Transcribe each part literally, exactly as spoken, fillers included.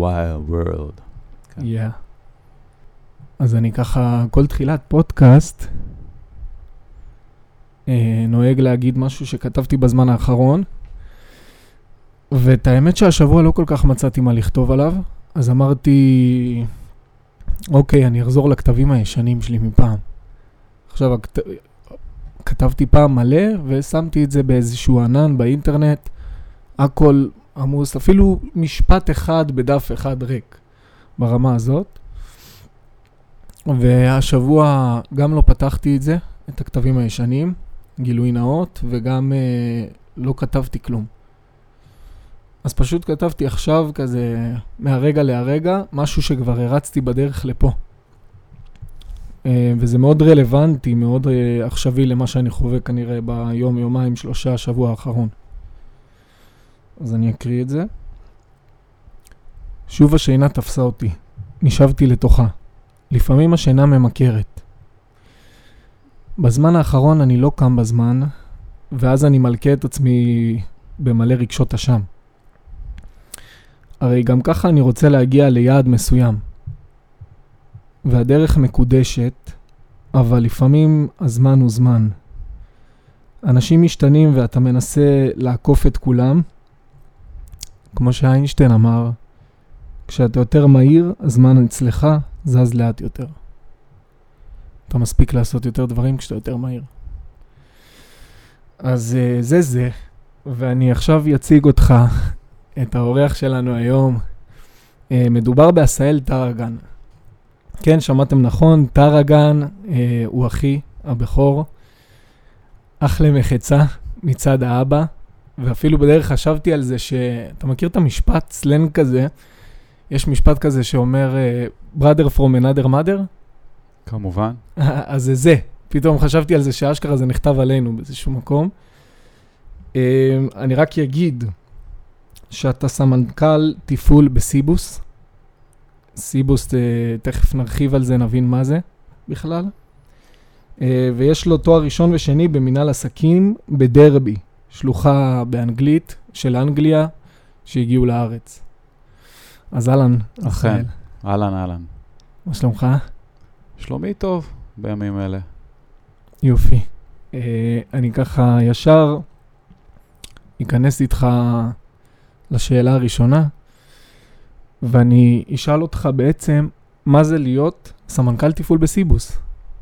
wild world. כן. Yeah. אז אני ככה, כל תחילת פודקאסט, אה, נוהג להגיד משהו שכתבתי בזמן האחרון, ואת האמת שהשבוע לא כל כך מצאתי מה לכתוב עליו, אז אמרתי, אוקיי, אני אחזור לכתבים הישנים שלי מפעם. עכשיו, הכת... כתבתי פעם מלא, ושמתי את זה באיזשהו ענן באינטרנט, הכל עמוס, אפילו משפט אחד בדף אחד ריק, ברמה הזאת. והשבוע גם לא פתחתי את זה, את הכתבים הישנים, גילוי נאות, וגם אה, לא כתבתי כלום. אז פשוט כתבתי עכשיו כזה, מהרגע להרגע, משהו שכבר הרצתי בדרך לפה. אה, וזה מאוד רלוונטי, מאוד אה, עכשווי למה שאני חווה כנראה ביום, יומיים, שלושה, שבוע האחרון. אז אני אקריא את זה. שוב השינה תפסה אותי, נשבתי לתוכה. לפעמים השינה ממכרת. בזמן האחרון אני לא קם בזמן, ואז אני מלכה את עצמי במלא רגשות אשם. הרי גם ככה אני רוצה להגיע ליעד מסוים. והדרך מקודשת, אבל לפעמים הזמן הוא זמן. אנשים משתנים ואתה מנסה לעקוף את כולם. כמו שאיינשטיין אמר, כשאתה יותר מהיר, הזמן אצלך זז לאט יותר. אתה מספיק לעשות יותר דברים כשאתה יותר מהיר. אז uh, זה זה, ואני עכשיו אציג אותך, את האורח שלנו היום. Uh, מדובר בעשאל טרגן. כן, שמעתם נכון, טרגן uh, הוא אחי, הבכור, אח למחצה מצד האבא, ואפילו בדרך חשבתי על זה שאתה מכיר את המשפט, סלנג כזה, יש משפט כזה שאומר, brother from another mother? כמובן. אז זה זה. פתאום חשבתי על זה שאשכרה זה נכתב עלינו באיזשהו מקום. אני רק אגיד שאתה סמנכ"ל טיפול בסיבוס. סיבוס, תכף נרחיב על זה, נבין מה זה בכלל. ויש לו תואר ראשון ושני במנהל עסקים בדרבי, שלוחה באנגלית של אנגליה שהגיעו לארץ. אז אהלן. אכן, אהלן, אהלן. מה שלומך? שלומי טוב בימים אלה. יופי. אה, אני ככה ישר אכנס איתך לשאלה הראשונה, ואני אשאל אותך בעצם, מה זה להיות סמנכ"ל טיפול בסיבוס?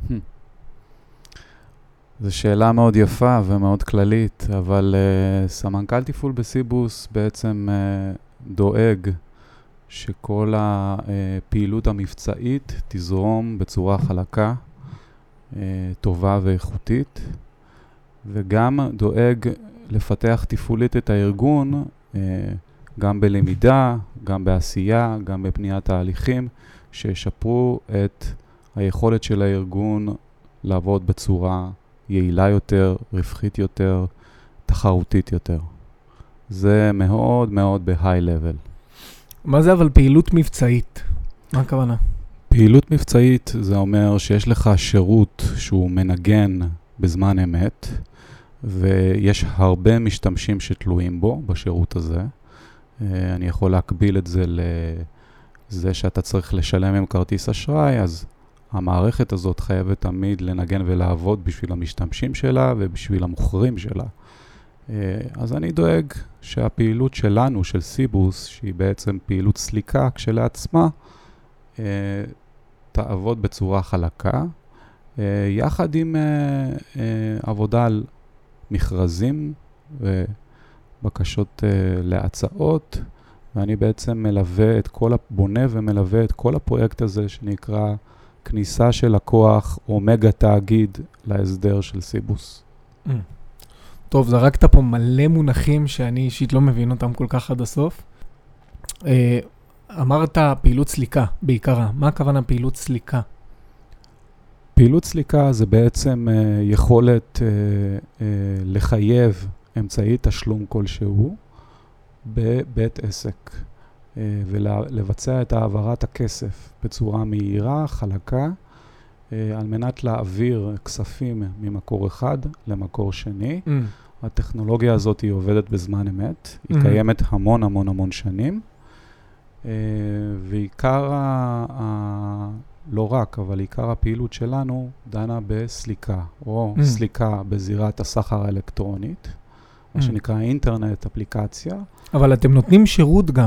זו שאלה מאוד יפה ומאוד כללית, אבל uh, סמנכ"ל טיפול בסיבוס בעצם uh, דואג שכל הפעילות המבצעית תזרום בצורה חלקה, טובה ואיכותית, וגם דואג לפתח טיפולית את הארגון, גם בלמידה, גם בעשייה, גם בפניית תהליכים, שישפרו את היכולת של הארגון לעבוד בצורה יעילה יותר, רווחית יותר, תחרותית יותר. זה מאוד מאוד בהיי לבל. מה זה אבל פעילות מבצעית? מה הכוונה? פעילות מבצעית זה אומר שיש לך שירות שהוא מנגן בזמן אמת, ויש הרבה משתמשים שתלויים בו, בשירות הזה. אני יכול להקביל את זה לזה שאתה צריך לשלם עם כרטיס אשראי, אז המערכת הזאת חייבת תמיד לנגן ולעבוד בשביל המשתמשים שלה ובשביל המוכרים שלה. אז אני דואג שהפעילות שלנו, של סיבוס, שהיא בעצם פעילות סליקה כשלעצמה, תעבוד בצורה חלקה, יחד עם עבודה על מכרזים ובקשות להצעות, ואני בעצם מלווה את כל, בונה ומלווה את כל הפרויקט הזה שנקרא כניסה של לקוח או מגה תאגיד להסדר של סיבוס. טוב, זרקת פה מלא מונחים שאני אישית לא מבין אותם כל כך עד הסוף. אמרת פעילות סליקה בעיקרה. מה הכוונה פעילות סליקה? פעילות סליקה זה בעצם יכולת לחייב אמצעי תשלום כלשהו בבית עסק, ולבצע את העברת הכסף בצורה מהירה, חלקה, על מנת להעביר כספים ממקור אחד למקור שני. Mm. הטכנולוגיה הזאת היא עובדת בזמן אמת, היא mm-hmm. קיימת המון המון המון שנים, ועיקר, ה, ה, לא רק, אבל עיקר הפעילות שלנו דנה בסליקה, או mm. סליקה בזירת הסחר האלקטרונית, mm. מה שנקרא אינטרנט, אפליקציה. אבל אתם נותנים שירות גם.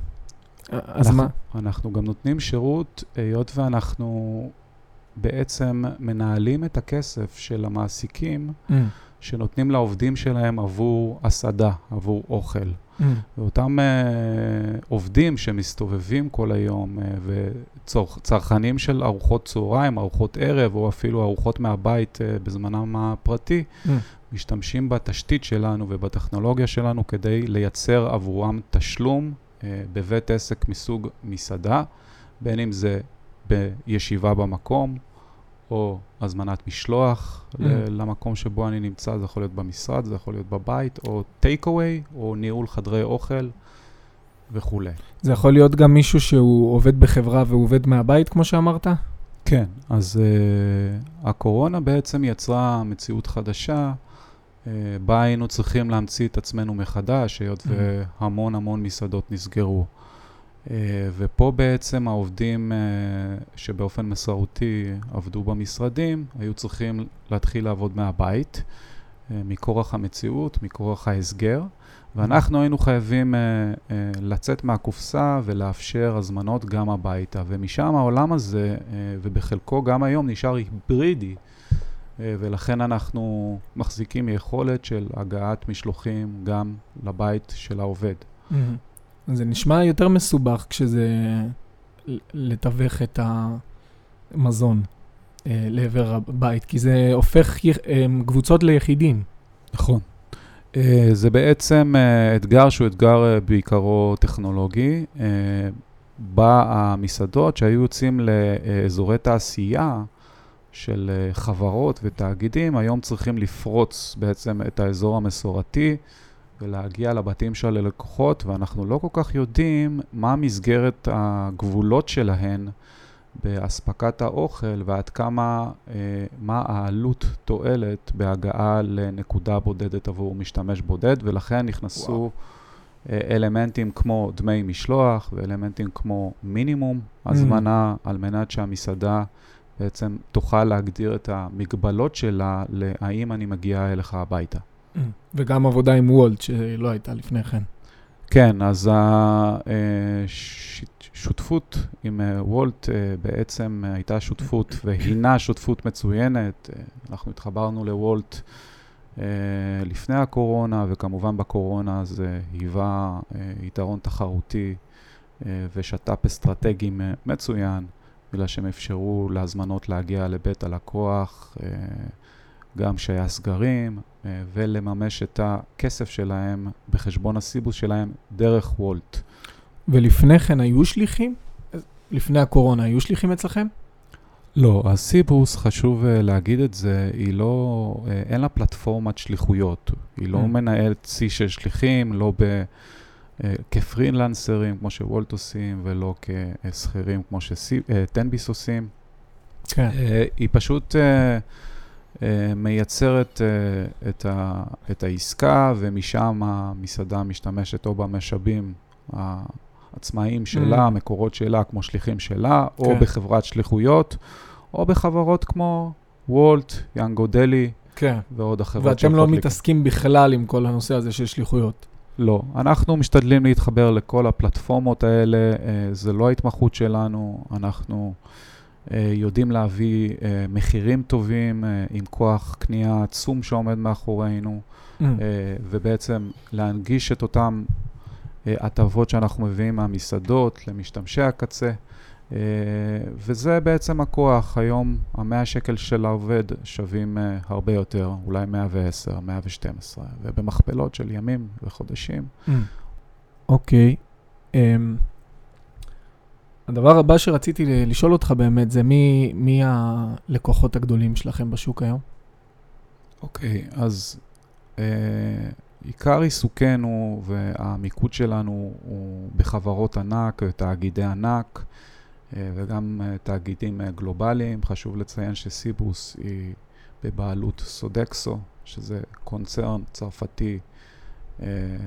אז אנחנו, מה? אנחנו גם נותנים שירות, היות ואנחנו בעצם מנהלים את הכסף של המעסיקים, mm. שנותנים לעובדים שלהם עבור הסעדה, עבור אוכל. Mm. ואותם uh, עובדים שמסתובבים כל היום uh, וצרכנים של ארוחות צהריים, ארוחות ערב או אפילו ארוחות מהבית uh, בזמנם הפרטי, mm. משתמשים בתשתית שלנו ובטכנולוגיה שלנו כדי לייצר עבורם תשלום uh, בבית עסק מסוג מסעדה, בין אם זה בישיבה במקום, או הזמנת משלוח mm. למקום שבו אני נמצא, זה יכול להיות במשרד, זה יכול להיות בבית, או take away, או ניהול חדרי אוכל וכו'. זה יכול להיות גם מישהו שהוא עובד בחברה והוא עובד מהבית, כמו שאמרת? כן, אז uh, הקורונה בעצם יצרה מציאות חדשה, uh, בה היינו צריכים להמציא את עצמנו מחדש, היות mm. והמון המון מסעדות נסגרו. Uh, ופה בעצם העובדים uh, שבאופן מסורתי עבדו במשרדים, היו צריכים להתחיל לעבוד מהבית, uh, מכורח המציאות, מכורח ההסגר, ואנחנו היינו חייבים uh, uh, לצאת מהקופסה ולאפשר הזמנות גם הביתה, ומשם העולם הזה, uh, ובחלקו גם היום נשאר היברידי, uh, ולכן אנחנו מחזיקים יכולת של הגעת משלוחים גם לבית של העובד. Mm-hmm. זה נשמע יותר מסובך כשזה לתווך את המזון אה, לעבר הבית, כי זה הופך אה, קבוצות ליחידים. נכון. אה, זה בעצם אה, אתגר שהוא אתגר אה, בעיקרו טכנולוגי. אה, בא המסעדות שהיו יוצאים לאזורי תעשייה של אה, חברות ותאגידים, היום צריכים לפרוץ בעצם את האזור המסורתי, ולהגיע לבתים של הלקוחות, ואנחנו לא כל כך יודעים מה מסגרת הגבולות שלהן בהספקת האוכל, ועד כמה, אה, מה העלות תועלת בהגעה לנקודה בודדת עבור משתמש בודד, ולכן נכנסו אה, אלמנטים כמו דמי משלוח, ואלמנטים כמו מינימום הזמנה, mm. על מנת שהמסעדה בעצם תוכל להגדיר את המגבלות שלה, להאם אני מגיעה אליך הביתה. וגם עבודה עם וולט שלא הייתה לפני כן. כן, אז השותפות עם וולט בעצם הייתה שותפות והינה שותפות מצוינת. אנחנו התחברנו לוולט לפני הקורונה, וכמובן בקורונה זה היווה יתרון תחרותי ושת"פ אסטרטגי מצוין, בגלל שהם אפשרו להזמנות להגיע לבית הלקוח, גם שהיה סגרים, ולממש את הכסף שלהם בחשבון הסיבוס שלהם דרך וולט. ולפני כן היו שליחים? לפני הקורונה היו שליחים אצלכם? לא, הסיבוס, חשוב להגיד את זה, היא לא, אין לה פלטפורמת שליחויות. היא לא מנהלת צי של שליחים, לא כפרילנסרים כמו שוולט עושים, ולא כסחירים כמו שטנביס עושים. כן. היא פשוט מייצרת את, ה, את העסקה, ומשם המסעדה משתמשת או במשאבים העצמאיים שלה, המקורות שלה, כמו שליחים שלה, או כן. בחברת שליחויות, או בחברות כמו וולט, יאנגו דלי, כן. ועוד החברות. ואתם לא מתעסקים בכלל עם כל הנושא הזה של שליחויות? לא. אנחנו משתדלים להתחבר לכל הפלטפורמות האלה, זה לא ההתמחות שלנו, אנחנו יודעים להביא מחירים טובים עם כוח קנייה עצום שעומד מאחורינו, mm. ובעצם להנגיש את אותם הטבות שאנחנו מביאים מהמסעדות למשתמשי הקצה, וזה בעצם הכוח. היום המאה שקל של העובד שווים הרבה יותר, אולי מאה ועשר, מאה ושתים עשרה, ובמכפלות של ימים וחודשים. אוקיי. Mm. Okay. Um... הדבר הבא שרציתי לשאול אותך באמת זה מי, מי הלקוחות הגדולים שלכם בשוק היום? אוקיי, okay, אז אה, עיקר עיסוקנו והמיקוד שלנו הוא בחברות ענק, תאגידי ענק, אה, וגם אה, תאגידים אה, גלובליים. חשוב לציין שסיבוס היא בבעלות סודקסו, שזה קונצרן צרפתי אה,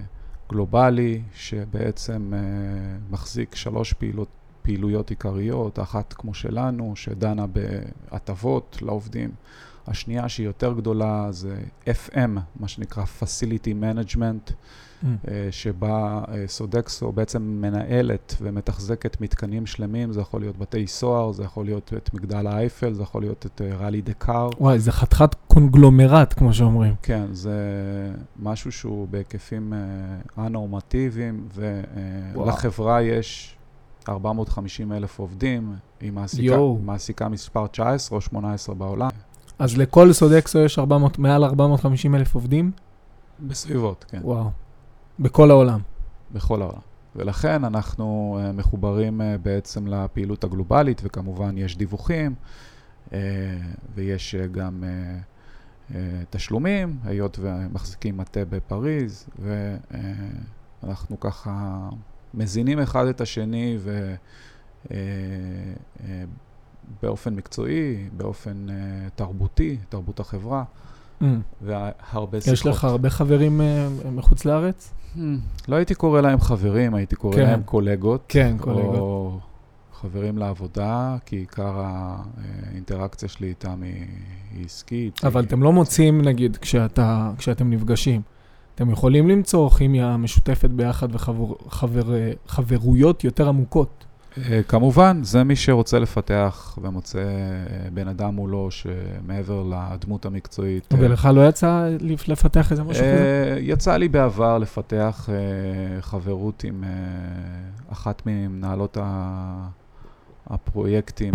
גלובלי, שבעצם uh, מחזיק שלוש פעילות, פעילויות עיקריות, אחת כמו שלנו, שדנה בהטבות לעובדים. השנייה שהיא יותר גדולה זה אף אם, מה שנקרא Facility Management, mm. שבה סודקסו בעצם מנהלת ומתחזקת מתקנים שלמים, זה יכול להיות בתי סוהר, זה יכול להיות את מגדל האייפל, זה יכול להיות את ראלי דקאר. וואי, זה חתיכת קונגלומרט, כמו שאומרים. כן, זה משהו שהוא בהיקפים אנורמטיביים, ולחברה יש ארבע מאות וחמישים אלף עובדים, היא מעסיקה, מעסיקה מספר תשע עשרה או שמונה עשרה בעולם. אז לכל סודקסו יש ארבע מאות, מעל ארבע מאות וחמישים אלף עובדים? בסביבות, כן. וואו. בכל העולם. בכל העולם. ולכן אנחנו uh, מחוברים uh, בעצם לפעילות הגלובלית, וכמובן יש דיווחים, uh, ויש uh, גם uh, uh, תשלומים, היות ומחזיקים מטה בפריז, ואנחנו uh, ככה מזינים אחד את השני, ו... Uh, uh, באופן מקצועי, באופן uh, תרבותי, תרבות החברה, mm. והרבה שיחות. יש לך הרבה חברים uh, מחוץ לארץ? Hmm, לא הייתי קורא להם חברים, הייתי קורא כן. להם קולגות. כן, קולגות. או חברים לעבודה, כי עיקר האינטראקציה שלי איתם היא, היא עסקית. אבל היא... אתם לא מוצאים, נגיד, כשאתה, כשאתם נפגשים, אתם יכולים למצוא כימיה משותפת ביחד וחברויות יותר עמוקות. כמובן, זה מי שרוצה לפתח ומוצא בן אדם מולו שמעבר לדמות המקצועית. ולך לא יצא לפתח איזה משהו כזה? יצא לי בעבר לפתח חברות עם אחת ממנהלות הפרויקטים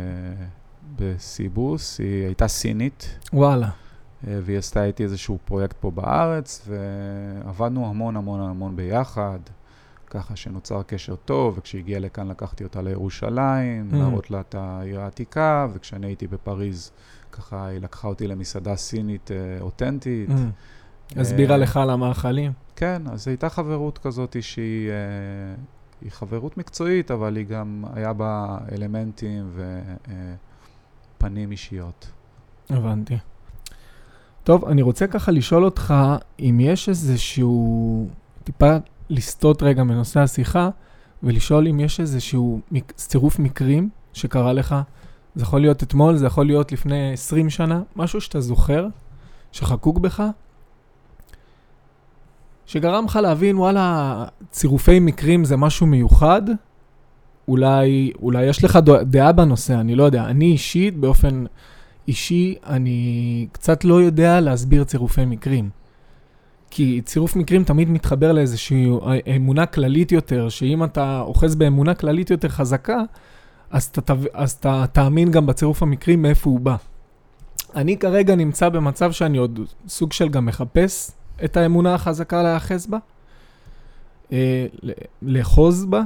בסיבוס. היא הייתה סינית. וואלה. והיא עשתה איתי איזשהו פרויקט פה בארץ, ועבדנו המון המון המון ביחד. ככה שנוצר קשר טוב, וכשהגיעה לכאן לקחתי אותה לירושלים, mm. להראות לה את העיר העתיקה, וכשאני הייתי בפריז, ככה היא לקחה אותי למסעדה סינית אה, אותנטית. Mm. הסבירה אה, לך על המאכלים? כן, אז הייתה חברות כזאת שהיא אה, היא חברות מקצועית, אבל היא גם היה בה אלמנטים ופנים אה, אישיות. הבנתי. טוב, אני רוצה ככה לשאול אותך, אם יש איזשהו טיפה לסטות רגע מנושא השיחה, ולשאול אם יש איזשהו מק... צירוף מקרים שקרה לך. זה יכול להיות אתמול, זה יכול להיות לפני עשרים שנה, משהו שאתה זוכר, שחקוק בך, שגרם לך להבין, וואלה, צירופי מקרים זה משהו מיוחד, אולי, אולי יש לך דעה בנושא, אני לא יודע. אני אישית, באופן אישי, אני קצת לא יודע להסביר צירופי מקרים. כי צירוף מקרים תמיד מתחבר לאיזושהי אמונה כללית יותר, שאם אתה אוחז באמונה כללית יותר חזקה, אז אתה, אז אתה תאמין גם בצירוף המקרים מאיפה הוא בא. אני כרגע נמצא במצב שאני עוד סוג של גם מחפש את האמונה החזקה להאחז בה, לאחוז בה,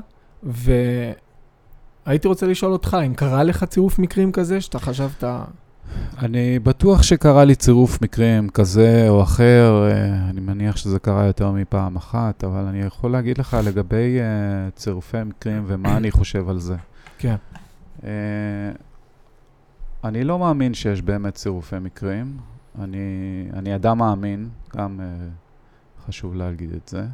והייתי רוצה לשאול אותך, אם קרה לך צירוף מקרים כזה, שאתה חשבת... אני בטוח שקרה לי צירוף מקרים כזה או אחר, אני מניח שזה קרה יותר מפעם אחת, אבל אני יכול להגיד לך לגבי צירופי מקרים ומה אני חושב על זה. כן. אני לא מאמין שיש באמת צירופי מקרים, אני, אני אדם מאמין, גם חשוב להגיד את זה.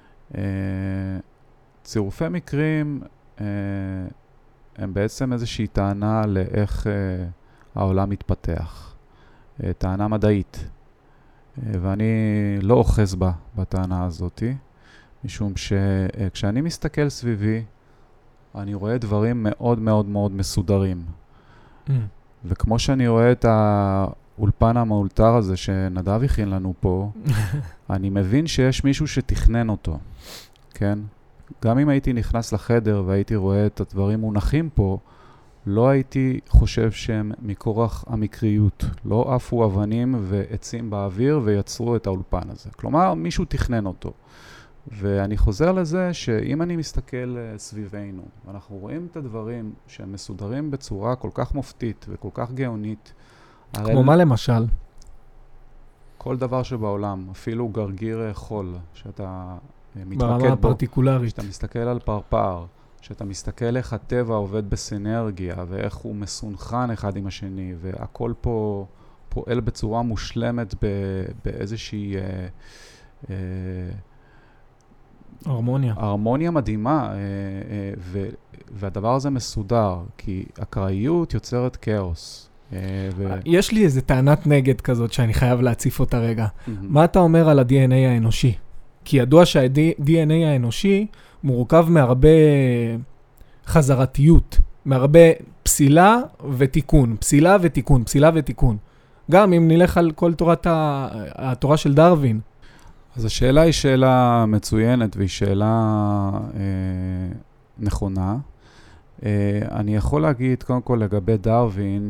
צירופי מקרים הם בעצם איזושהי טענה לאיך העולם מתפתח, טענה מדעית, ואני לא אוחז בה בטענה הזאת, משום שכשאני מסתכל סביבי, אני רואה דברים מאוד מאוד מאוד מסודרים. Mm. וכמו שאני רואה את האולפן המאולתר הזה שנדב הכין לנו פה, אני מבין שיש מישהו שתכנן אותו, כן? גם אם הייתי נכנס לחדר והייתי רואה את הדברים מונחים פה, לא הייתי חושב שהם מכורח המקריות. לא עפו אבנים ועצים באוויר ויצרו את האולפן הזה. כלומר, מישהו תכנן אותו. ואני חוזר לזה שאם אני מסתכל סביבנו, ואנחנו רואים את הדברים שהם מסודרים בצורה כל כך מופתית וכל כך גאונית. כמו מה למשל? כל דבר שבעולם, אפילו גרגיר חול, שאתה מתמקד בו. ברמה הפרטיקולרית. שאתה מסתכל על פרפר. שאתה מסתכל איך הטבע עובד בסינרגיה, ואיך הוא מסונכן אחד עם השני, והכל פה פועל בצורה מושלמת באיזושהי, אה, אה, הרמוניה. הרמוניה מדהימה, ו, והדבר הזה מסודר, כי אקראיות יוצרת כאוס. ו... יש לי איזו טענת נגד כזאת שאני חייב להציף אותה רגע. Mm-hmm. מה אתה אומר על ה-די אן איי האנושי? כי ידוע שה-די אן איי האנושי מורכב מהרבה חזרתיות, מהרבה פסילה ותיקון, פסילה ותיקון, פסילה ותיקון. גם אם נלך על כל תורת ה... התורה של דרווין. אז השאלה היא שאלה מצוינת, והיא שאלה אה, נכונה. אה, אני יכול להגיד, קודם כל, לגבי דרווין,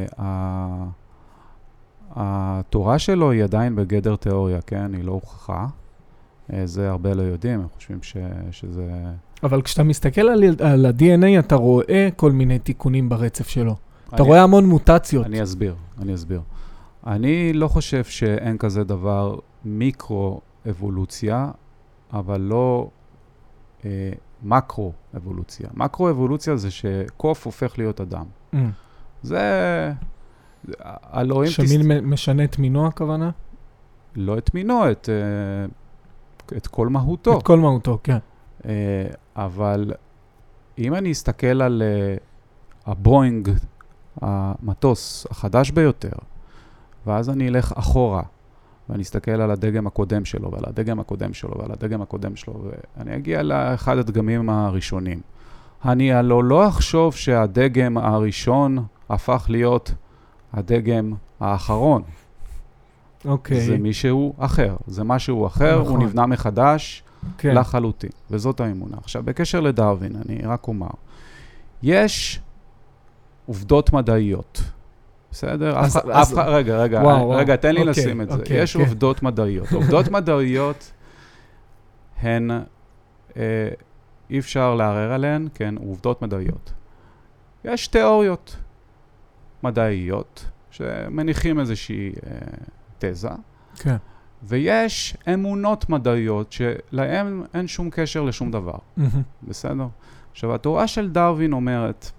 שהתורה שלו היא עדיין בגדר תיאוריה, כן? היא לא הוכחה. אה, זה הרבה לא יודעים, הם חושבים ש, שזה... אבל כשאתה מסתכל על, על ה-די אן איי, אתה רואה כל מיני תיקונים ברצף שלו. אני, אתה רואה המון מוטציות. אני אסביר, אני אסביר. אני לא חושב שאין כזה דבר מיקרו-אבולוציה, אבל לא אה, מקרו-אבולוציה. מקרו-אבולוציה זה שקוף הופך להיות אדם. Mm. זה... אלוהים... שמין תס... משנה את מינו הכוונה? לא את מינו, את, את כל מהותו. את כל מהותו, כן. אה, אבל אם אני אסתכל על אה, הבואינג, המטוס החדש ביותר, ואז אני אלך אחורה, ואני אסתכל על הדגם הקודם שלו, ועל הדגם הקודם שלו, ועל הדגם הקודם שלו, ואני אגיע לאחד הדגמים הראשונים. אני הלא לא אחשוב שהדגם הראשון הפך להיות הדגם האחרון. אוקיי. זה מישהו אחר, זה משהו אחר, נכון. הוא נבנה מחדש כן. לחלוטין, וזאת האמונה. עכשיו, בקשר לדרווין, אני רק אומר, יש עובדות מדעיות. בסדר? אז, אף, אז, אף, רגע, רגע, וואו, רגע, וואו. תן לי אוקיי, לשים את זה. אוקיי, יש אוקיי. עובדות מדעיות. עובדות מדעיות הן, אה, אי אפשר לערער עליהן, כן, עובדות מדעיות. יש תיאוריות מדעיות שמניחים איזושהי אה, תזה, כן. ויש אמונות מדעיות שלהם אין שום קשר לשום דבר. Mm-hmm. בסדר? עכשיו, התורה של דרווין אומרת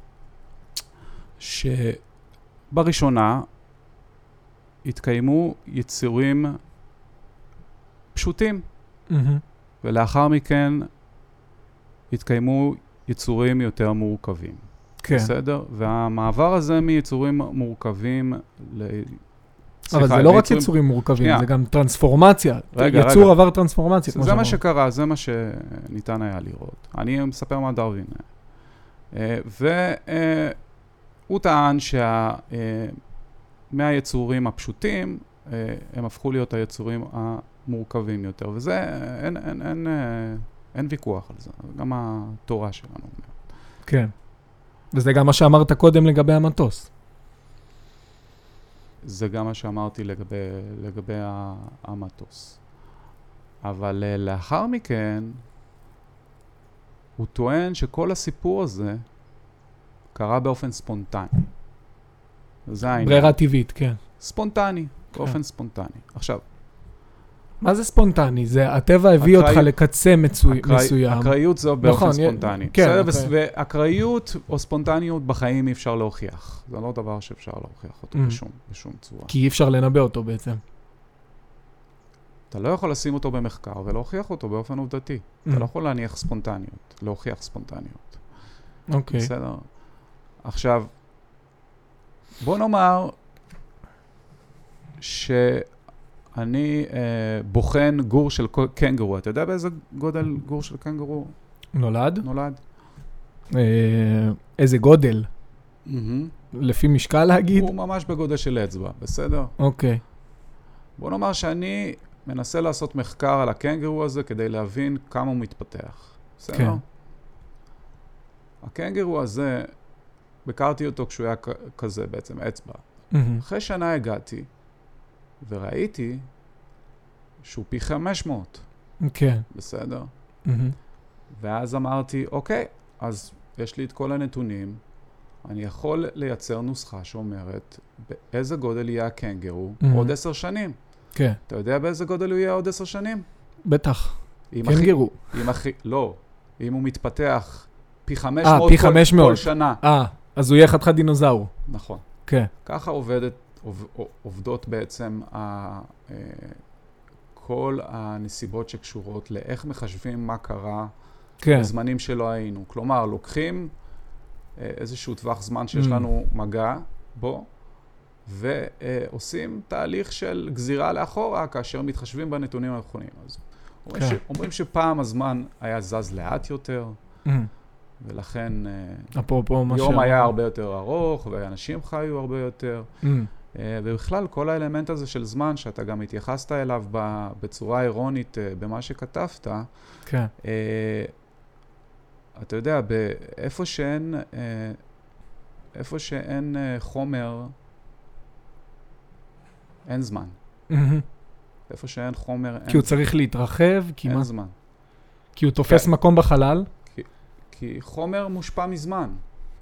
שבראשונה התקיימו יצורים פשוטים, mm-hmm. ולאחר מכן התקיימו יצורים יותר מורכבים. כן. בסדר? והמעבר הזה מיצורים מורכבים ל... אבל זה לא רק יצורים מורכבים, זה גם טרנספורמציה. רגע, רגע. יצור עבר טרנספורמציה. זה מה שקרה, זה מה שניתן היה לראות. אני מספר מה דרווין. והוא טען שמהיצורים הפשוטים, הם הפכו להיות היצורים המורכבים יותר. וזה, אין, אין, אין, אין ויכוח על זה. גם התורה שלנו אומרת. כן. וזה גם מה שאמרת קודם לגבי המטוס. זה גם מה שאמרתי לגבי, לגבי המטוס. אבל uh, לאחר מכן, הוא טוען שכל הסיפור הזה קרה באופן ספונטני. זה העניין. ברירה טבעית, כן. ספונטני, כן. באופן ספונטני. עכשיו, מה זה ספונטני? זה הטבע הביא אקראי... אותך לקצה מצוי... אקראי... מסוים. אקראיות זו באופן נכון, ספונטני. י... כן. בסדר, okay. ואקראיות או ספונטניות בחיים אי אפשר להוכיח. זה לא דבר שאפשר להוכיח אותו mm. בשום, בשום צורה. כי אי אפשר לנבא אותו בעצם. אתה לא יכול לשים אותו במחקר ולהוכיח אותו באופן עובדתי. Mm. אתה לא יכול להניח ספונטניות, להוכיח ספונטניות. אוקיי. Okay. בסדר. עכשיו, בוא נאמר ש... אני אה, בוחן גור של קנגרו. אתה יודע באיזה גודל גור של קנגרו? נולד? נולד. אה, איזה גודל? Mm-hmm. לפי משקל להגיד? הוא ממש בגודל של אצבע, בסדר? אוקיי. בוא נאמר שאני מנסה לעשות מחקר על הקנגרו הזה כדי להבין כמה הוא מתפתח. בסדר? כן. הקנגרו הזה, בקרתי אותו כשהוא היה כזה בעצם, אצבע. Mm-hmm. אחרי שנה הגעתי, וראיתי שהוא פי חמש מאות. כן. בסדר? Mm-hmm. ואז אמרתי, אוקיי, אז יש לי את כל הנתונים, אני יכול לייצר נוסחה שאומרת באיזה גודל יהיה הקנגרו mm-hmm. עוד עשר שנים. כן. אתה יודע באיזה גודל הוא יהיה עוד עשר שנים? בטח. קנגרו. עם אחי, לא, אם הוא מתפתח פי חמש מאות, 아, פי חמש מאות. כל, כל שנה. אה, אז הוא יהיה חתיכת דינוזאור. נכון. כן. ככה עובדת, עובדות בעצם ה, כל הנסיבות שקשורות לאיך מחשבים מה קרה כן. בזמנים שלא היינו. כלומר, לוקחים איזשהו טווח זמן שיש לנו מגע בו, ועושים תהליך של גזירה לאחורה, כאשר מתחשבים בנתונים הנכונים. אז אומרים, ש... אומרים שפעם הזמן היה זז לאט יותר, ולכן יום היה הרבה יותר ארוך, ואנשים חיו הרבה יותר. ובכלל, כל האלמנט הזה של זמן, שאתה גם התייחסת אליו בצורה אירונית במה שכתבת, כן. אתה יודע, איפה שאין, איפה שאין חומר, אין זמן. איפה שאין חומר, אין... כי הוא צריך להתרחב, כי אין מה? זמן. כי הוא תופס מקום בחלל? כי, כי חומר מושפע מזמן.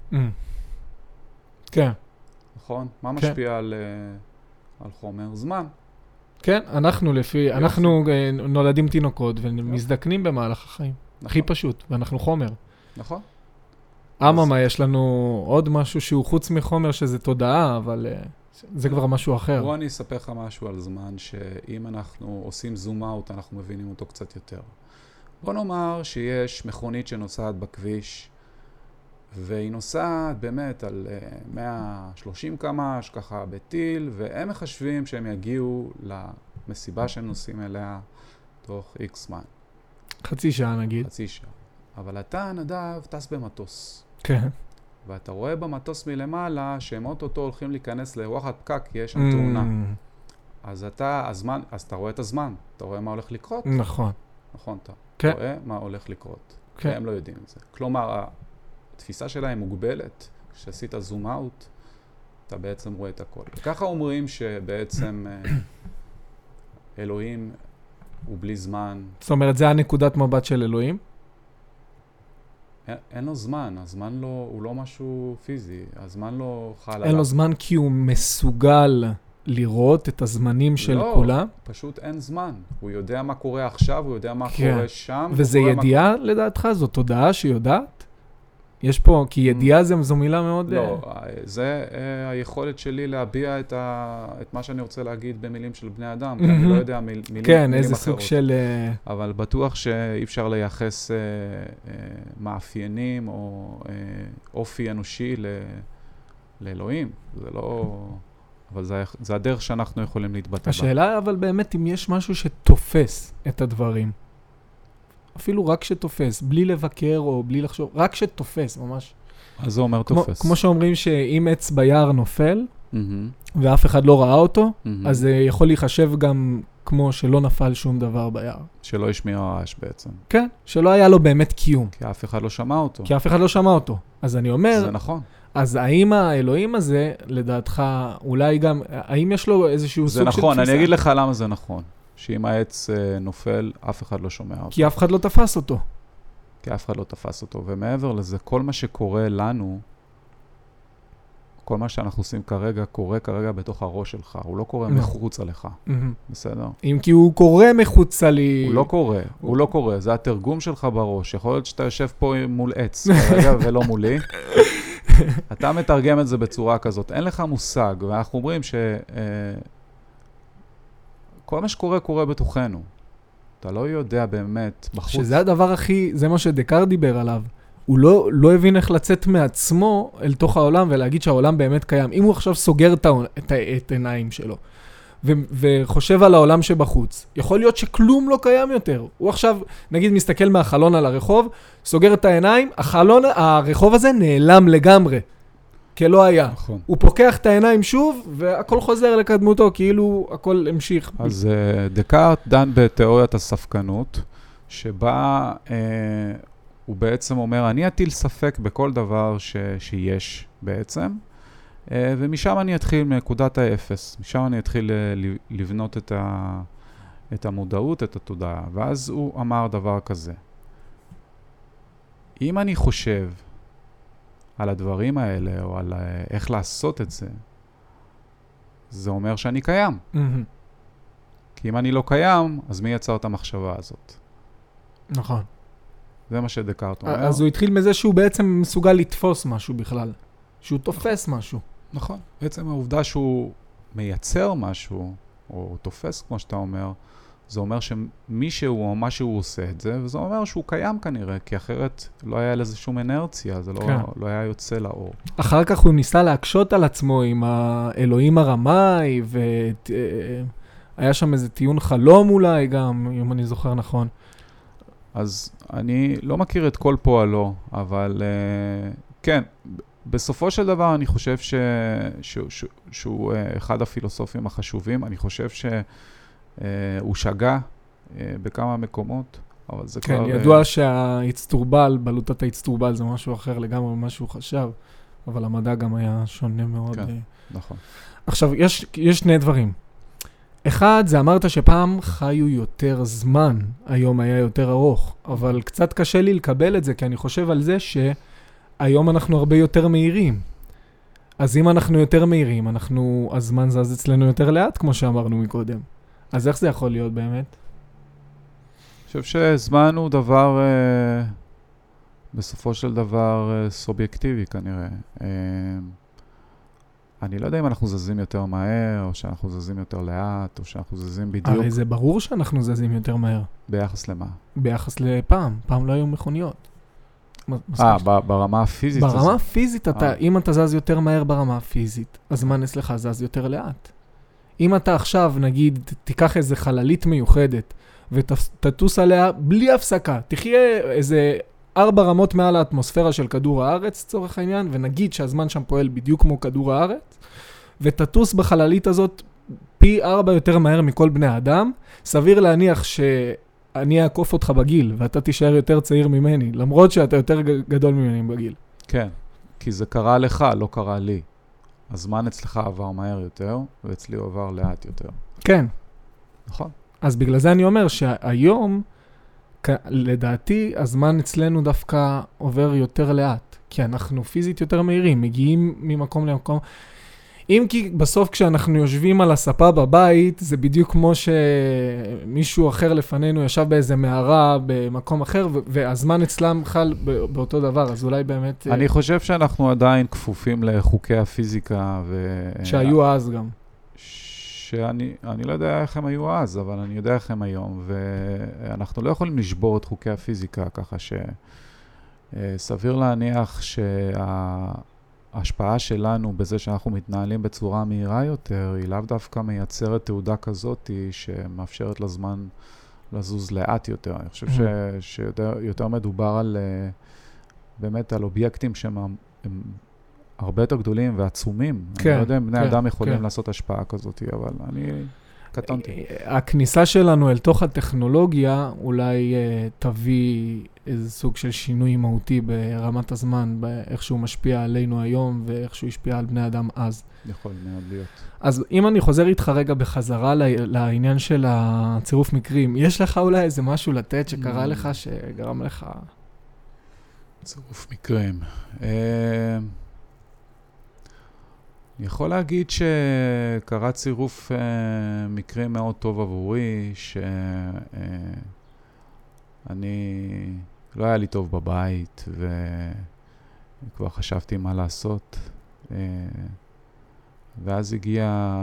כן. נכון? מה משפיע על, על חומר? זמן. כן, אנחנו לפי, אנחנו נולדים תינוקות ומזדקנים במהלך החיים. הכי פשוט, ואנחנו חומר. נכון. אממה, יש לנו עוד משהו שהוא חוץ מחומר שזה תודעה, אבל זה כבר משהו אחר. בוא אני אספר לך משהו על זמן, שאם אנחנו עושים זום אאוט, אנחנו מבינים אותו קצת יותר. בוא נאמר שיש מכונית שנוסעת בכביש, והיא נוסעת באמת על מאה ושלושים קמ"ש, ככה בטיל, והם מחשבים שהם יגיעו למסיבה שהם נוסעים אליה תוך איקס זמן. חצי שעה נגיד. חצי שעה. אבל אתה, נדב, טס במטוס. כן. ואתה רואה במטוס מלמעלה שהם אוטוטו הולכים להיכנס לווחת פקק, כי יש שם תאונה. אז אתה, הזמן, אז אתה רואה את הזמן. אתה רואה מה הולך לקרות? נכון. נכון, אתה כן. רואה מה הולך לקרות. כן. הם לא יודעים את זה. כלומר, התפיסה שלהם מוגבלת. כשעשית זום אאוט, אתה בעצם רואה את הכל. ככה אומרים שבעצם אלוהים הוא בלי זמן. זאת אומרת, זה הנקודת מבט של אלוהים? אין, אין לו זמן, הזמן לא, הוא לא משהו פיזי, הזמן לא חל עליו. אין לו זמן כי הוא מסוגל לראות את הזמנים של לא, כולם? לא, פשוט אין זמן. הוא יודע מה קורה עכשיו, הוא יודע מה כן. קורה שם. וזה ידיעה מה... לדעתך? זו תודעה שיודעת? יש פה, כי ידיעה זה, זו מילה מאוד... לא, זה uh, היכולת שלי להביע את, ה, את מה שאני רוצה להגיד במילים של בני אדם, כי אני לא יודע מיל, מילים, כן, מילים איזה אחרות. סוג של... אבל בטוח שאי אפשר לייחס uh, uh, מאפיינים או uh, אופי אנושי ל, לאלוהים. זה לא... אבל זה, זה הדרך שאנחנו יכולים להתבטא בה. השאלה אבל באמת אם יש משהו שתופס את הדברים. אפילו רק שתופס, בלי לבקר או בלי לחשוב, רק שתופס, ממש. אז זה אומר כמו, תופס. כמו שאומרים שאם עץ ביער נופל, Mm-hmm. ואף אחד לא ראה אותו, Mm-hmm. אז זה יכול להיחשב גם כמו שלא נפל שום דבר ביער. שלא השמיע רעש בעצם. כן, שלא היה לו באמת קיום. כי אף אחד לא שמע אותו. כי אף אחד לא שמע אותו. אז אני אומר... זה נכון. אז האם האלוהים הזה, לדעתך, אולי גם, האם יש לו איזשהו סוג נכון, של תפיסה? זה נכון, אני אגיד לך למה זה נכון. שאם העץ אה, נופל, אף אחד לא שומע אותו. כי אף אחד לא תפס אותו. כי אף אחד לא תפס אותו. ומעבר לזה, כל מה שקורה לנו, כל מה שאנחנו עושים כרגע, קורה כרגע בתוך הראש שלך. הוא לא קורה מחוץ עליך. בסדר? אם כי הוא קורה מחוץ עלי... הוא לא קורה, הוא לא קורה. זה התרגום שלך בראש. יכול להיות שאתה יושב פה מול עץ כרגע ולא מולי. אתה מתרגם את זה בצורה כזאת. אין לך מושג. ואנחנו אומרים ש... כל מה שקורה, קורה בתוכנו. אתה לא יודע באמת בחוץ. שזה הדבר הכי, זה מה שדקאר דיבר עליו. הוא לא, לא הבין איך לצאת מעצמו אל תוך העולם ולהגיד שהעולם באמת קיים. אם הוא עכשיו סוגר את, את, את העיניים שלו ו, וחושב על העולם שבחוץ, יכול להיות שכלום לא קיים יותר. הוא עכשיו, נגיד, מסתכל מהחלון על הרחוב, סוגר את העיניים, החלון, הרחוב הזה נעלם לגמרי. כלא היה. נכון. הוא פוקח את העיניים שוב, והכל חוזר לקדמותו, כאילו הכל המשיך. אז uh, דקארט דן בתיאוריית הספקנות, שבה uh, הוא בעצם אומר, אני אטיל ספק בכל דבר ש- שיש בעצם, uh, ומשם אני אתחיל מנקודת האפס. משם אני אתחיל uh, לבנות את, ה- את המודעות, את התודעה. ואז הוא אמר דבר כזה, אם אני חושב, על הדברים האלה, או על איך לעשות את זה, זה אומר שאני קיים. Mm-hmm. כי אם אני לא קיים, אז מי יצר את המחשבה הזאת? נכון. זה מה שדקארט אומר. אז הוא התחיל מזה שהוא בעצם מסוגל לתפוס משהו בכלל. שהוא תופס משהו. נכון. בעצם העובדה שהוא מייצר משהו, או תופס, כמו שאתה אומר, זה אומר שמישהו או משהו עושה את זה, וזה אומר שהוא קיים כנראה, כי אחרת לא היה לזה שום אנרציה, זה לא, כן. לא היה יוצא לאור. אחר כך הוא ניסה להקשות על עצמו עם האלוהים הרמאי, והיה שם איזה טיעון חלום אולי גם, אם אני זוכר נכון. אז אני לא מכיר את כל פועלו, אבל uh, כן, בסופו של דבר אני חושב ש, ש, ש, שהוא uh, אחד הפילוסופים החשובים. אני חושב שהוא שגה uh, בכמה מקומות, אבל זה כן, כבר... כן, ידוע uh, שהאצטורבל, בלוטת האצטורבל זה משהו אחר לגמרי ממה שהוא חשב, אבל המדע גם היה שונה מאוד. כן, uh... נכון. עכשיו, יש, יש שני דברים. אחד, זה אמרת שפעם חיו יותר זמן, היום היה יותר ארוך, אבל קצת קשה לי לקבל את זה, כי אני חושב על זה שהיום אנחנו הרבה יותר מהירים. אז אם אנחנו יותר מהירים, אנחנו, הזמן זז אצלנו יותר לאט, כמו שאמרנו מקודם. אז איך זה יכול להיות באמת? אני חושב שזמן הוא דבר, אה, בסופו של דבר, אה, סובייקטיבי כנראה. אה, אני לא יודע אם אנחנו זזים יותר מהר, או שאנחנו זזים יותר לאט, או שאנחנו זזים בדיוק... הרי זה ברור שאנחנו זזים יותר מהר. ביחס למה? ביחס לפעם. פעם לא היו מכוניות. אה, ברמה הפיזית. ברמה הפיזית, אתה, אם אתה זז יותר מהר ברמה הפיזית, הזמן אצלך זז יותר לאט. אם אתה עכשיו, נגיד, תיקח איזה חללית מיוחדת, ותטוס עליה בלי הפסקה, תחיה איזה ארבע רמות מעל האטמוספירה של כדור הארץ, צורך העניין, ונגיד שהזמן שם פועל בדיוק כמו כדור הארץ, ותטוס בחללית הזאת פי ארבע יותר מהר מכל בני האדם, סביר להניח שאני אעקוף אותך בגיל, ואתה תישאר יותר צעיר ממני, למרות שאתה יותר גדול ממני בגיל. כן, כי זה קרה לך, לא קרה לי. הזמן אצלך עבר מהר יותר, ואצלי הוא עבר לאט יותר. כן. נכון. אז בגלל זה אני אומר שהיום, לדעתי, הזמן אצלנו דווקא עובר יותר לאט, כי אנחנו פיזית יותר מהירים, מגיעים ממקום למקום. אם כי בסוף כשאנחנו יושבים על הספה בבית, זה בדיוק כמו שמישהו אחר לפנינו ישב באיזה מערה במקום אחר, והזמן אצלם חל באותו דבר, אז אולי באמת... אני חושב שאנחנו עדיין כפופים לחוקי הפיזיקה ו... שהיו אז גם. שאני אני לא יודע איך הם היו אז, אבל אני יודע איך הם היום, ואנחנו לא יכולים לשבור את חוקי הפיזיקה, ככה שסביר להניח שההשפעה שלנו בזה שאנחנו מתנהלים בצורה מהירה יותר, היא לאו דווקא מייצרת תעודה כזאת שמאפשרת לזמן לזוז לאט יותר. אני חושב ש, שיותר יותר מדובר על, באמת על אובייקטים שהם הם, הרבה יותר גדולים ועצומים. כן, אני לא יודע אם בני כן, אדם יכולים כן. לעשות השפעה כזאת, אבל אני קטנתי. הכניסה שלנו אל תוך הטכנולוגיה אולי uh, תביא איזה סוג של שינוי מהותי ברמת הזמן, באיך שהוא משפיע עלינו היום ואיך שהוא השפיע על בני אדם אז. יכול מאוד להיות. אז אם אני חוזר איתך רגע בחזרה לעניין של הצירוף מקרים, יש לך אולי איזה משהו לתת שקרה לך שגרם לך... צירוף מקרים. אה... אני יכול להגיד שקרה צירוף אה, מקרים מאוד טוב עבורי, שאני אה, לא היה לי טוב בבית, וכבר חשבתי מה לעשות. אה, ואז הגיע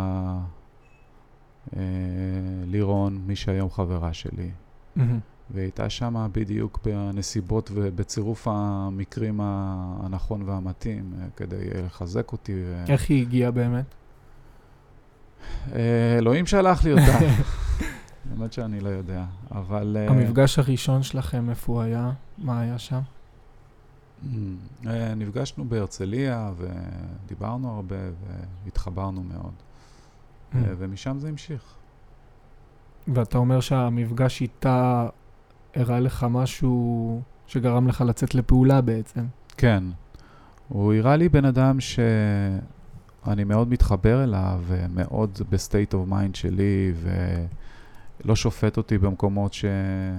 אה, לירון, מי שהיום חברה שלי, mm-hmm. והייתה שמה בדיוק בנסיבות ובצירוף המקרים הנכון והמתאים כדי לחזק אותי. ו... איך היא הגיעה באמת? אלוהים שלח לי אותה. באמת שאני לא יודע, אבל... המפגש הראשון שלכם, איפה הוא היה? מה היה שם? נפגשנו בהרצליה ודיברנו הרבה והתחברנו מאוד. ומשם זה המשיך. ואתה אומר שהמפגש איתה הראה לך משהו שגרם לך לצאת לפעולה בעצם. כן. הוא הראה לי בן אדם שאני מאוד מתחבר אליו, ומאוד בסטייט אוף מיינד שלי, ולא שופט אותי במקומות ש...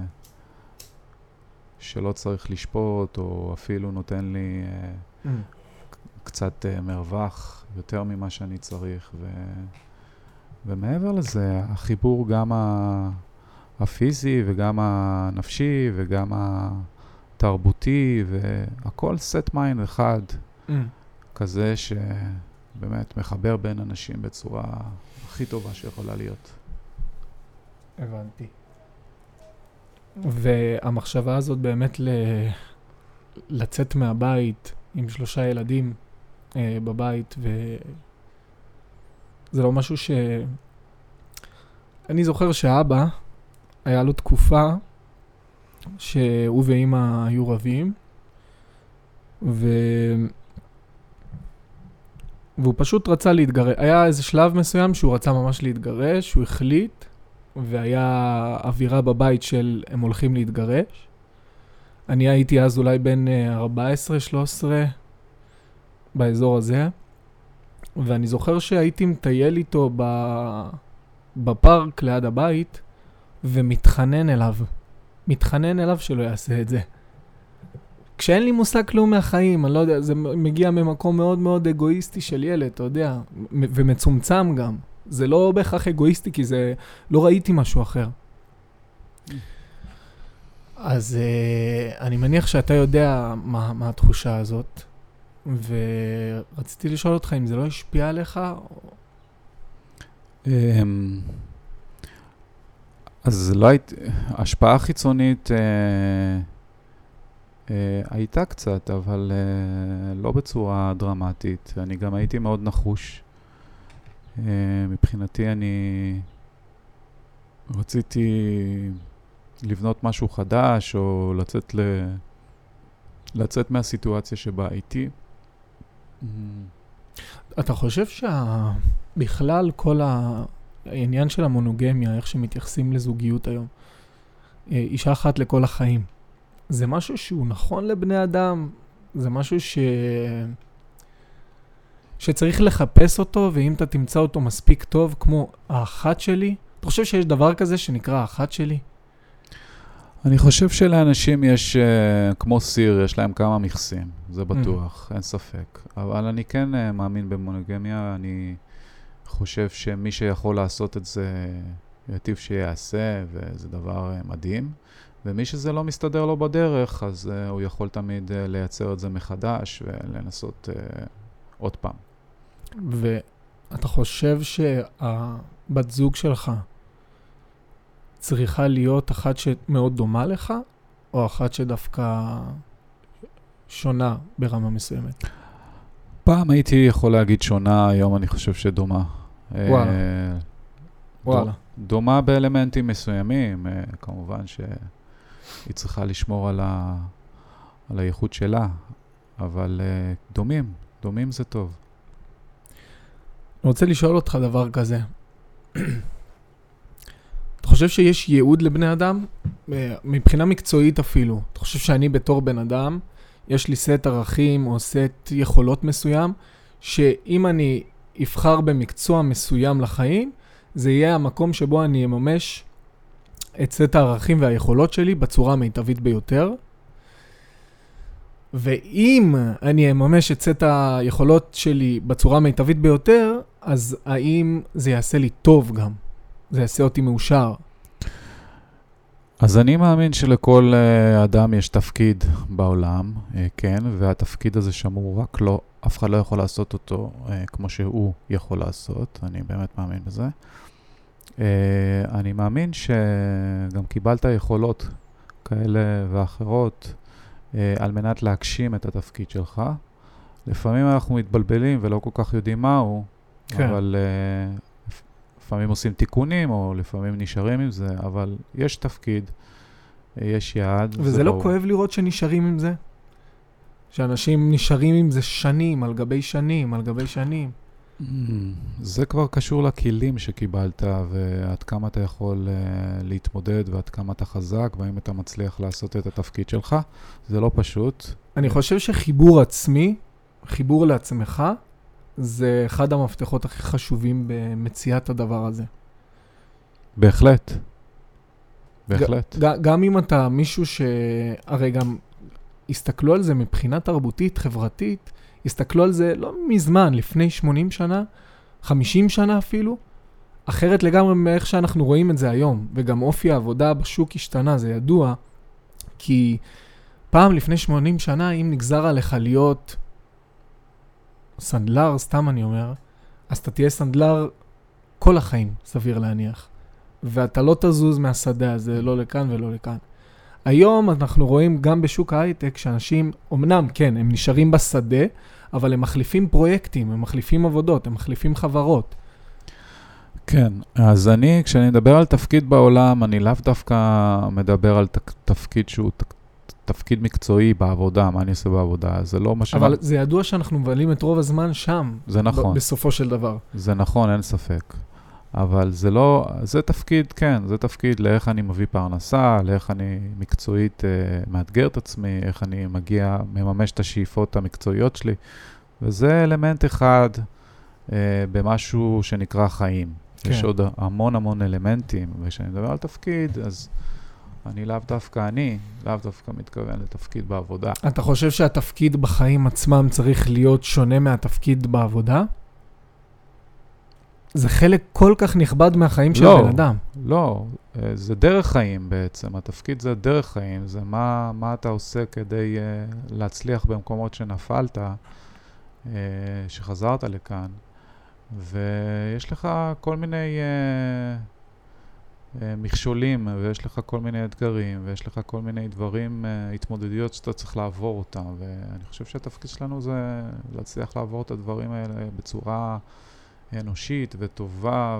שלא צריך לשפוט, או אפילו נותן לי mm. קצת מרווח יותר ממה שאני צריך. ו... ומעבר לזה, החיבור גם הפיזי וגם הנפשי וגם התרבותי, והכל סט מיינד אחד, mm. כזה שבאמת מחבר בין אנשים בצורה הכי טובה שיכולה להיות. הבנתי. והמחשבה הזאת באמת ל... לצאת מהבית עם שלושה ילדים אה, בבית, וזה לא משהו ש... אני זוכר שאבא, היה לו תקופה שהוא ואמא היו רבים, ו... והוא פשוט רצה להתגרש. היה איזה שלב מסוים שהוא רצה ממש להתגרש, הוא החליט, והיה אווירה בבית של הם הולכים להתגרש. אני הייתי אז אולי בין ארבע עשרה שלוש עשרה באזור הזה, ואני זוכר שהייתי מטייל איתו ב... בפארק ליד הבית, ומתחנן אליו. מתחנן אליו שלא יעשה את זה. כשאין לי מושג כלום מהחיים, אני לא יודע, זה מגיע ממקום מאוד מאוד אגואיסטי של ילד, אתה יודע, ומצומצם גם. זה לא בהכרח אגואיסטי, כי זה, לא ראיתי משהו אחר. אז uh, אני מניח שאתה יודע מה, מה התחושה הזאת, ורציתי לשאול אותך אם זה לא השפיע עליך? אז לא היית, ההשפעה החיצונית אה, אה, הייתה קצת, אבל אה, לא בצורה דרמטית. אני גם הייתי מאוד נחוש. אה, מבחינתי אני רציתי לבנות משהו חדש, או לצאת, ל... לצאת מהסיטואציה שבה הייתי. אתה חושב שבכלל כל העניין של המונוגמיה, איך שמתייחסים לזוגיות היום, אישה אחת לכל החיים, זה משהו שהוא נכון לבני אדם? זה משהו ש... שצריך לחפש אותו, ואם אתה תמצא אותו מספיק טוב כמו האחת שלי? אתה חושב שיש דבר כזה שנקרא האחת שלי? אני חושב שלאנשים יש, uh, כמו סיר, יש להם כמה מכסים, זה בטוח, mm. אין ספק. אבל אני כן uh, מאמין במונוגמיה, אני חושב שמי שיכול לעשות את זה, יטיב שיעשה, וזה דבר uh, מדהים. ומי שזה לא מסתדר לו בדרך, אז uh, הוא יכול תמיד uh, לייצר את זה מחדש, ולנסות uh, עוד פעם. ואתה חושב שהבת זוג שלך, צריכה להיות אחת שמאוד דומה לך, או אחת שדווקא שונה ברמה מסוימת? פעם הייתי יכול להגיד שונה, היום אני חושב שדומה. וואלה. אה, וואלה. דומה באלמנטים מסוימים, אה, כמובן שהיא צריכה לשמור על, ה, על הייחוד שלה, אבל אה, דומים, דומים זה טוב. אני רוצה לשאול אותך דבר כזה. אתה חושב שיש ייעוד לבני אדם? מבחינה מקצועית אפילו. אתה חושב שאני בתור בן אדם, יש לי סט ערכים או סט יכולות מסוים, שאם אני אבחר במקצוע מסוים לחיים, זה יהיה המקום שבו אני אממש את סט הערכים והיכולות שלי בצורה המיטבית ביותר. ואם אני אממש את סט היכולות שלי בצורה המיטבית ביותר, אז האם זה יעשה לי טוב גם? זה יעשה אותי מאושר. אז אני מאמין שלכל uh, אדם יש תפקיד בעולם, uh, כן, והתפקיד הזה שמור רק לו, אף אחד לא יכול לעשות אותו uh, כמו שהוא יכול לעשות, אני באמת מאמין בזה. Uh, אני מאמין שגם קיבלת יכולות כאלה ואחרות uh, על מנת להגשים את התפקיד שלך. לפעמים אנחנו מתבלבלים ולא כל כך יודעים מהו, כן. אבל... Uh, לפעמים עושים תיקונים, או לפעמים נשארים עם זה, אבל יש תפקיד, יש יעד. וזה לא כואב לראות שנשארים עם זה? שאנשים נשארים עם זה שנים, על גבי שנים, על גבי שנים. זה כבר קשור לכלים שקיבלת, ועד כמה אתה יכול להתמודד, ועד כמה אתה חזק, והאם אתה מצליח לעשות את התפקיד שלך. זה לא פשוט. אני חושב שחיבור עצמי, חיבור לעצמך, זה אחד המפתחות הכי חשובים במציאת הדבר הזה. בהחלט. בהחלט. ג- גם אם אתה מישהו ש... הרי גם הסתכלו על זה מבחינה תרבותית, חברתית, הסתכלו על זה לא מזמן, לפני שמונים שנה, חמישים שנה אפילו, אחרת לגמרי מאיך שאנחנו רואים את זה היום, וגם אופי העבודה בשוק השתנה, זה ידוע, כי פעם לפני שמונים שנה, אם נגזר עליך להיות סנדלר, סתם אני אומר, אז אתה תהיה סנדלר כל החיים, סביר להניח. ואתה לא תזוז מהשדה הזה, לא לכאן ולא לכאן. היום אנחנו רואים גם בשוק ההייטק שאנשים, אמנם כן, הם נשארים בשדה, אבל הם מחליפים פרויקטים, הם מחליפים עבודות, הם מחליפים חברות. כן, אז אני, כשאני מדבר על תפקיד בעולם, אני לאו דווקא מדבר על ת, תפקיד שהוא ת, תפקיד מקצועי בעבודה, מה אני עושה בעבודה, זה לא מה ש... אבל זה ידוע שאנחנו מבלים את רוב הזמן שם. זה נכון. ב- בסופו של דבר. זה נכון, אין ספק. אבל זה לא, זה תפקיד, כן, זה תפקיד לאיך אני מביא פרנסה, לאיך אני מקצועית אה, מאתגר את עצמי, איך אני מגיע, מממש את השאיפות המקצועיות שלי, וזה אלמנט אחד אה, במשהו שנקרא חיים. כן. יש עוד המון המון אלמנטים, וכשאני מדבר על תפקיד, אז אני לאו דווקא אני, לאו דווקא מתכוון לתפקיד בעבודה. אתה חושב שהתפקיד בחיים עצמם צריך להיות שונה מהתפקיד בעבודה? זה חלק כל כך נכבד מהחיים של לא, בן אדם. לא, זה דרך חיים בעצם. התפקיד זה דרך חיים, זה מה, מה אתה עושה כדי uh, להצליח במקומות שנפלת, uh, שחזרת לכאן. ויש לך כל מיני uh, uh, מכשולים, ויש לך כל מיני אתגרים, ויש לך כל מיני דברים, uh, התמודדויות שאתה צריך לעבור אותם. ואני חושב שהתפקיד שלנו זה להצליח לעבור את הדברים האלה בצורה אנושית וטובה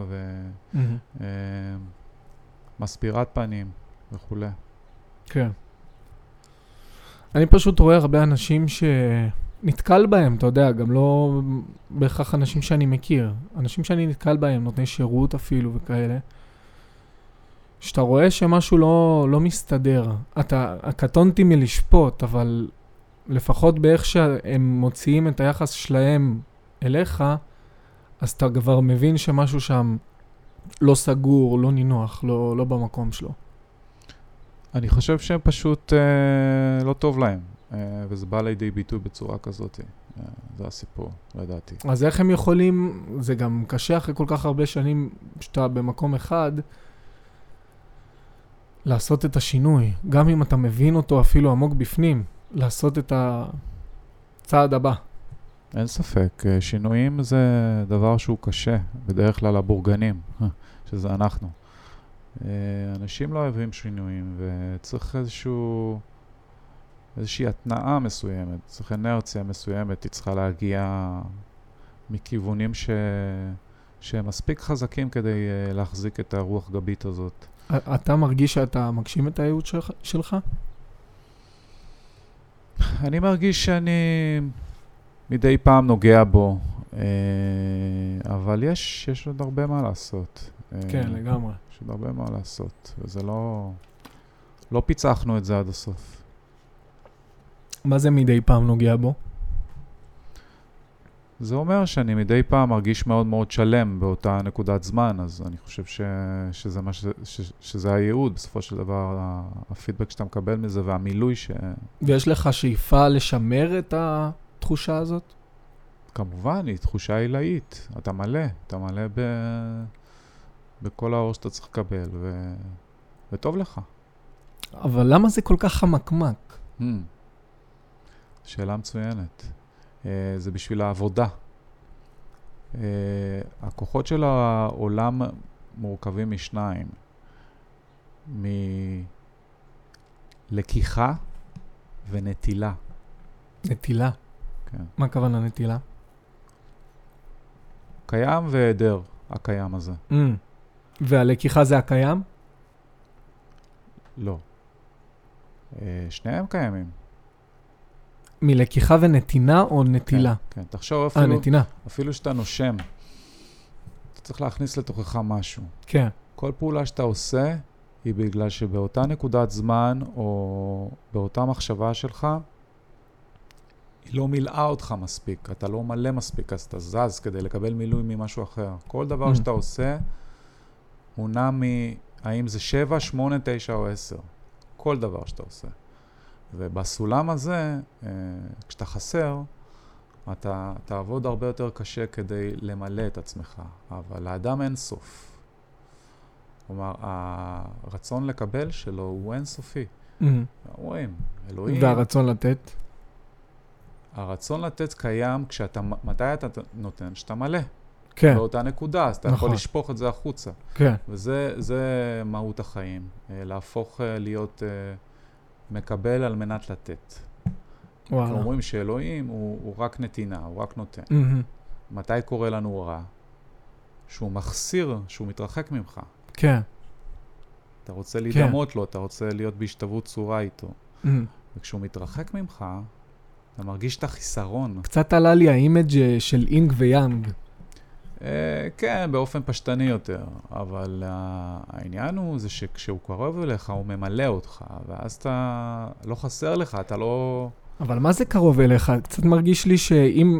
ומספירת פנים וכו'. כן. אני פשוט רואה הרבה אנשים שנתקל בהם, אתה יודע, גם לא בהכרח אנשים שאני מכיר. אנשים שאני נתקל בהם, נותני שירות אפילו וכאלה. שאתה רואה שמשהו לא, לא מסתדר. אתה, קטונתי מלשפוט, אבל לפחות באיך שהם מוציאים את היחס שלהם אליך, אז אתה כבר מבין שמשהו שם לא סגור, לא נינוח, לא, לא במקום שלו. אני חושב שהם פשוט אה, לא טוב להם, אה, וזה בא לידי ביטוי בצורה כזאת. אה, זה הסיפור, לא ידעתי. אז איך הם יכולים, זה גם קשה אחרי כל כך הרבה שנים שאתה במקום אחד, לעשות את השינוי, גם אם אתה מבין אותו אפילו עמוק בפנים, לעשות את הצעד הבא. אין ספק, שינויים זה דבר שהוא קשה, בדרך כלל הבורגנים, שזה אנחנו. אנשים לא אוהבים שינויים, וצריך איזשהו, איזושהי התנאה מסוימת, צריך אנרציה מסוימת, היא צריכה להגיע מכיוונים ש... שהם מספיק חזקים כדי להחזיק את הרוח גבית הזאת. אתה מרגיש שאתה מגשים את הייעוד שלך? אני מרגיש שאני מדי פעם נוגע בו, אבל יש, יש עוד הרבה מה לעשות. כן, לגמרי. יש עוד הרבה מה לעשות, וזה לא, לא פיצחנו את זה עד הסוף. מה זה מדי פעם נוגע בו? זה אומר שאני מדי פעם מרגיש מאוד מאוד שלם באותה נקודת זמן, אז אני חושב ש, שזה, מה ש, ש, שזה הייעוד, בסופו של דבר, הפידבק שאתה מקבל מזה והמילוי ש... ויש לך שאיפה לשמר את התחושה הזאת? כמובן, היא תחושה עילאית. אתה מלא, אתה מלא ב... בכל האור שאתה צריך לקבל, ו... וטוב לך. אבל למה זה כל כך חמקמק? Hmm. שאלה מצוינת. Uh, זה בשביל העבודה. Uh, הכוחות של העולם מורכבים משניים. מלקיחה ונטילה. נטילה? כן. מה הכוונה נטילה? קיים והיעדר, הקיים הזה. Mm. והלקיחה זה הקיים? לא. Uh, שניהם קיימים. מלקיחה ונתינה או נטילה? כן, כן. תחשוב אפילו, אה, נתינה. אפילו שאתה נושם, אתה צריך להכניס לתוכך משהו. כן. כל פעולה שאתה עושה היא בגלל שבאותה נקודת זמן או באותה מחשבה שלך, היא לא מילאה אותך מספיק, אתה לא מלא מספיק, אז אתה זז כדי לקבל מילוי ממשהו אחר. כל דבר Mm. שאתה עושה, הוא נע מהאם זה שבע, שמונה, תשע או עשר. כל דבר שאתה עושה. ובסולם הזה, כשאתה חסר, אתה תעבוד הרבה יותר קשה כדי למלא את עצמך, אבל לאדם אין סוף. כלומר, הרצון לקבל שלו הוא אינסופי. Mm. רואים, אלוהים. והרצון לתת? הרצון לתת קיים כשאתה, מתי אתה נותן? שאתה מלא. כן. באותה נקודה, אז אתה נכון. יכול לשפוך את זה החוצה. כן. וזה זה מהות החיים, להפוך להיות מקבל על מנת לתת. וואלה. אומרים שאלוהים הוא, הוא רק נתינה, הוא רק נותן. Mm-hmm. מתי קורה לנו רע? שהוא מחסיר, שהוא מתרחק ממך. כן. אתה רוצה להידמות כן. לו, אתה רוצה להיות בהשתוות צורה איתו. Mm-hmm. וכשהוא מתרחק ממך, אתה מרגיש את החיסרון. קצת עלה לי האימג' של אינג ויאנג. אה, כן, באופן פשטני יותר. אבל אה, העניין הוא זה שכשהוא קרוב אליך, הוא ממלא אותך, ואז אתה לא חסר לך, אתה לא... אבל מה זה קרוב אליך? קצת מרגיש לי שאם,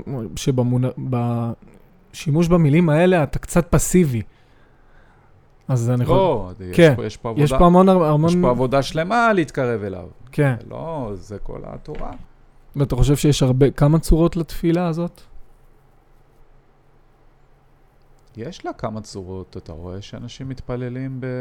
שבשימוש במילים האלה אתה קצת פסיבי. אז אני יכול... לא, כן. יש, פה, יש פה עבודה, יש פה המון, המון... יש פה עבודה שלמה להתקרב אליו. כן. לא, זה כל התורה. ואתה חושב שיש הרבה, כמה צורות לתפילה הזאת? יש לה כמה צורות, אתה רואה שאנשים מתפללים ב...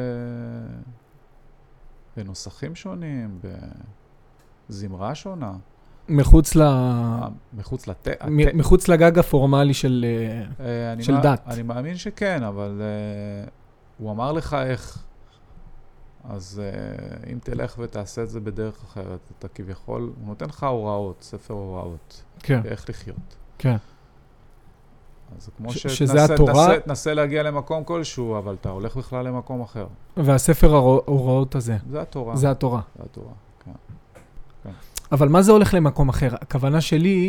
בנוסחים שונים, בזמרה שונה. מחוץ ל... מחוץ לת... מחוץ לגג הפורמלי של, של דת. אני מאמין שכן, אבל הוא אמר לך איך, אז אם תלך ותעשה את זה בדרך אחרת, אתה כביכול, הוא נותן לך הוראות, ספר הוראות. כן. איך לחיות. כן. אז כמו ש- שזה התורה... תנסה, תנסה להגיע למקום כלשהו, אבל אתה הולך בכלל למקום אחר. והספר ההוראות הזה. זה התורה. זה התורה. זה התורה, כן. כן. אבל מה זה הולך למקום אחר? הכוונה שלי היא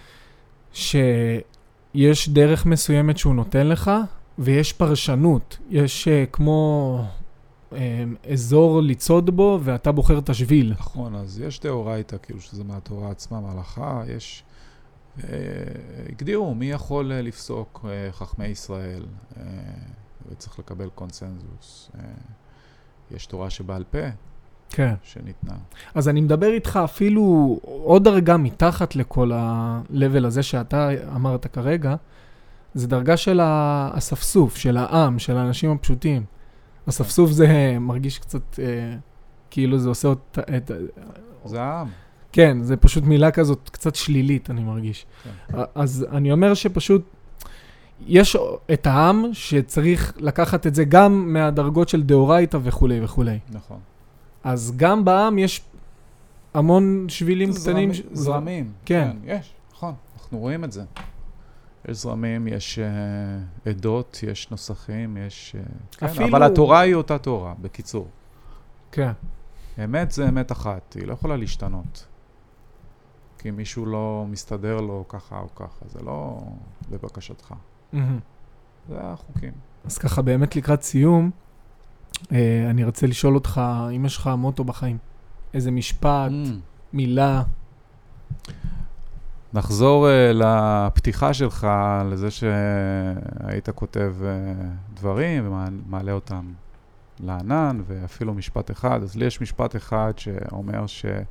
שיש דרך מסוימת שהוא נותן לך, ויש פרשנות. יש uh, כמו um, אזור ליצוד בו, ואתה בוחר את השביל. נכון, אז יש דאורייתא, כאילו שזה מהתורה עצמה, מהלכה, יש... Uh, הגדירו מי יכול uh, לפסוק uh, חכמי ישראל, uh, וצריך לקבל קונסנזוס. Uh, יש תורה שבעל פה, כן. שניתנה. אז אני מדבר איתך אפילו עוד דרגה מתחת לכל ה-level הזה שאתה אמרת כרגע, זה דרגה של האספסוף, של העם, של האנשים הפשוטים. אספסוף זה מרגיש קצת, אה, כאילו זה עושה את... את זה העם. כן, זה פשוט מילה כזאת קצת שלילית, אני מרגיש. כן. אז אני אומר שפשוט יש את העם שצריך לקחת את זה גם מהדרגות של דאורייתא וכו' וכו'. נכון. אז גם בעם יש המון שבילים זרמים, קטנים. זרמים. כן. כן, יש, נכון. אנחנו רואים את זה. יש זרמים, יש uh, עדות, יש נוסחים, יש... Uh, כן, אפילו... אבל התורה היא אותה תורה, בקיצור. כן. אמת זה אמת אחת, היא לא יכולה להשתנות. כי מישהו לא מסתדר לו ככה או ככה, זה לא בבקשתך. Mm-hmm. זה החוקים. אז ככה באמת לקראת סיום, אה, אני רוצה לשאול אותך, אם יש לך מוטו בחיים, איזה משפט, mm. מילה? נחזור uh, לפתיחה שלך, לזה שהיית כותב uh, דברים ומעלה אותם לענן, ואפילו משפט אחד. אז לי יש משפט אחד שאומר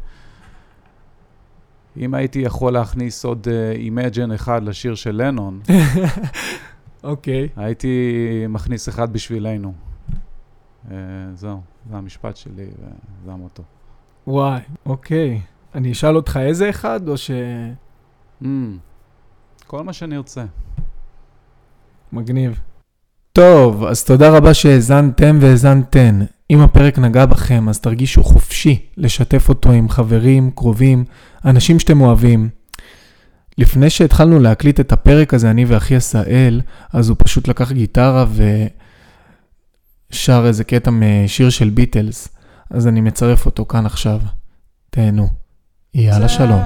שאם הייתי יכול להכניס עוד אימג'ן uh, אחד לשיר של לנון, אוקיי. okay. הייתי מכניס אחד בשבילנו. Uh, זהו, זה המשפט שלי וזה המוטו. וואי, אוקיי. אני אשאל אותך איזה אחד או ש... Mm, כל מה שנרצה. מגניב. טוב, אז תודה רבה שהזנתם והזנתן. אם הפרק נגע בכם, אז תרגישו חופשי לשתף אותו עם חברים, קרובים, אנשים שאתם אוהבים. לפני שהתחלנו להקליט את הפרק הזה, אני ואחי עשאל, אז הוא פשוט לקח גיטרה ושר איזה קטע משיר של ביטלס. אז אני מצרף אותו כאן עכשיו. תהנו. יאללה שלום.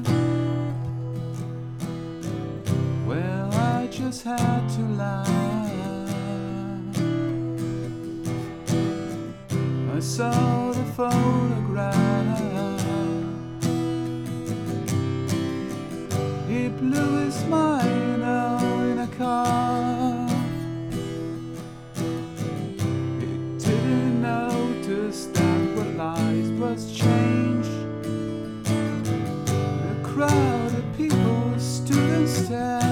Had to lie. I saw the photograph. He blew his mind out in a car. He didn't notice that what lies was change. The crowd of people stood and stared.